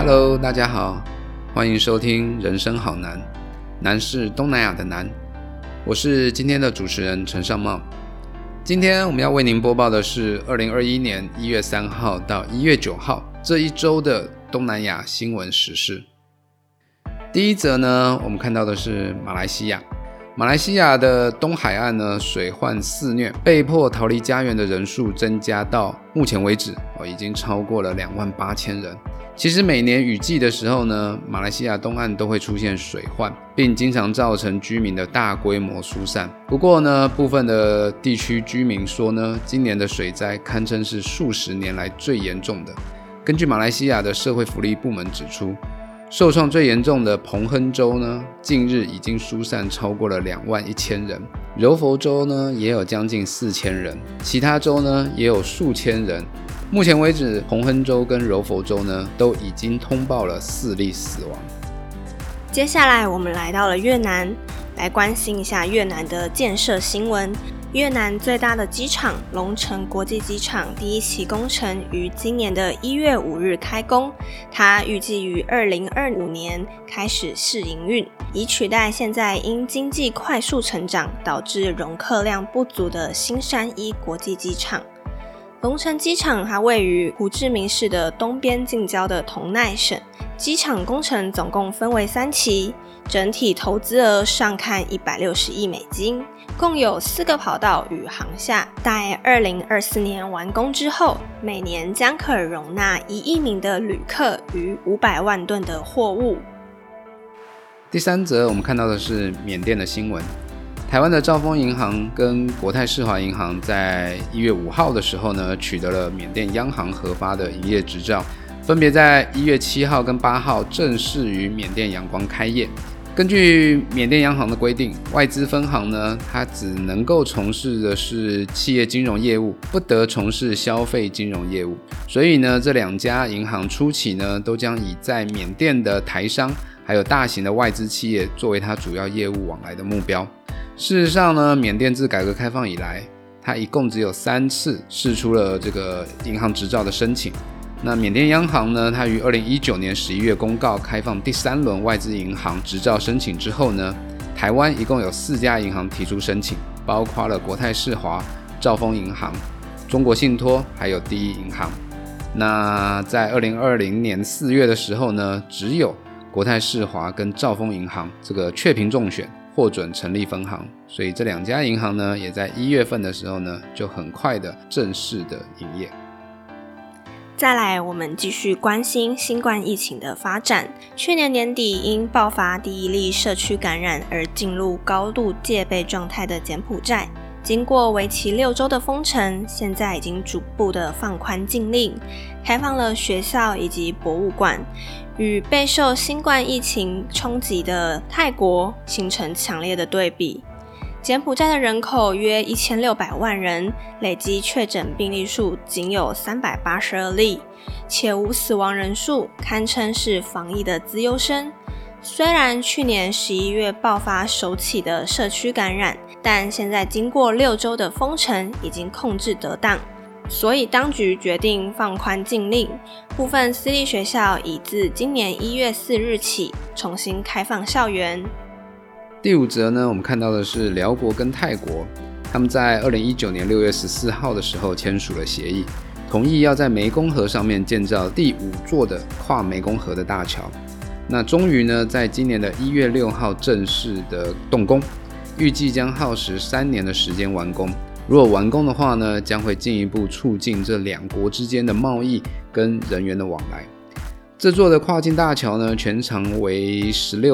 Hello， 大家好，欢迎收听人生好难，难是东南亚的难。我是今天的主持人陈尚茂。今天我们要为您播报的是2021年1月3号到1月9号这一周的东南亚新闻时事。第一则呢，我们看到的是马来西亚。马来西亚的东海岸呢，水患肆虐，被迫逃离家园的人数增加到目前为止已经超过了28000人。其实每年雨季的时候呢，马来西亚东岸都会出现水患，并经常造成居民的大规模疏散。不过呢，部分的地区居民说呢，今年的水灾堪称是数十年来最严重的。根据马来西亚的社会福利部门指出，受创最严重的彭亨州呢，近日已经疏散超过了21000人，柔佛州呢也有将近4000人，其他州呢也有数千人。目前为止，彭亨州跟柔佛州呢都已经通报了4例死亡。 接下来我们来到了越南，来关心一下越南的建设新闻。越南最大的机场龙城国际机场第一期工程于今年的1月5日开工，它预计于2025年开始试营运，以取代现在因经济快速成长导致容客量不足的新山一国际机场。龙城机场它位于胡志明市的东边近郊的同奈省，机场工程总共分为3期，整体投资额上看160亿美金，共有4个跑道与航厦，待2024年完工之后，每年将可容纳1亿名的旅客与500万吨的货物。 第三则我们看到的是缅甸的新闻。台湾的兆丰银行跟国泰世华银行在1月5号的时候呢，取得了缅甸央行核发的营业执照，分别在1月7号跟8号正式于缅甸阳光开业。根据缅甸央行的规定，外资分行呢，它只能够从事的是企业金融业务，不得从事消费金融业务。所以呢，这2家银行初期呢，都将以在缅甸的台商还有大型的外资企业作为它主要业务往来的目标。事实上呢，缅甸自改革开放以来，它一共只有3次释出了这个银行执照的申请。那缅甸央行呢，它于2019年11月公告开放第3轮外资银行执照申请之后呢，台湾一共有4家银行提出申请，包括了国泰世华、兆丰银行、中国信托还有第一银行。那在2020年4月的时候呢，只有国泰世华跟兆丰银行这个确评中选，获准成立分行，所以这2家银行呢，也在1月份的时候呢，就很快的正式的营业。 再来，我们继续关心新冠疫情的发展。去年年底因爆发第1例社区感染而进入高度戒备状态的柬埔寨，经过为期6周的封城，现在已经逐步的放宽禁令，开放了学校以及博物馆，与备受新冠疫情冲击的泰国形成强烈的对比。柬埔寨的人口约1600万人，累积确诊病例数仅有382例，且无死亡人数，堪称是防疫的资优生。虽然去年11月爆发首起的社区感染，但现在经过6周的封城已经控制得当，所以当局决定放宽禁令，部分私立学校已自今年1月4日起重新开放校园。 第5则呢，我们看到的是寮国跟泰国，他们在2019年6月14号的时候签署了协议，同意要在湄公河上面建造第5座的跨湄公河的大桥。那终于呢，在今年的1月6号正式的动工，预计将耗时3年的时间完工。如果完工的话呢，将会进一步促进这2国之间的贸易跟人员的往来。这座的跨境大桥呢，全长为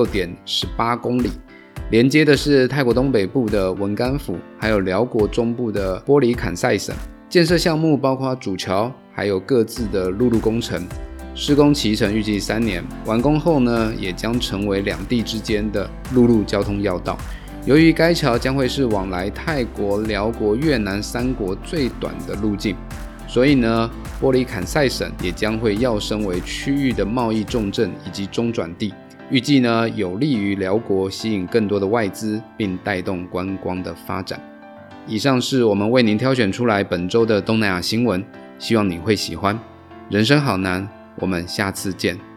16.18 公里，连接的是泰国东北部的文甘府，还有寮国中部的波里坎塞省。建设项目包括主桥，还有各自的陆路工程。施工期程预计3年，完工后呢，也将成为2地之间的陆路交通要道。由于该桥将会是往来泰国、寮国、越南3国最短的路径，所以呢，波里坎塞省也将会跃升为区域的贸易重镇以及中转地。预计呢，有利于寮国吸引更多的外资，并带动观光的发展。以上是我们为您挑选出来本周的东南亚新闻，希望你会喜欢。人生好难，我们下次见。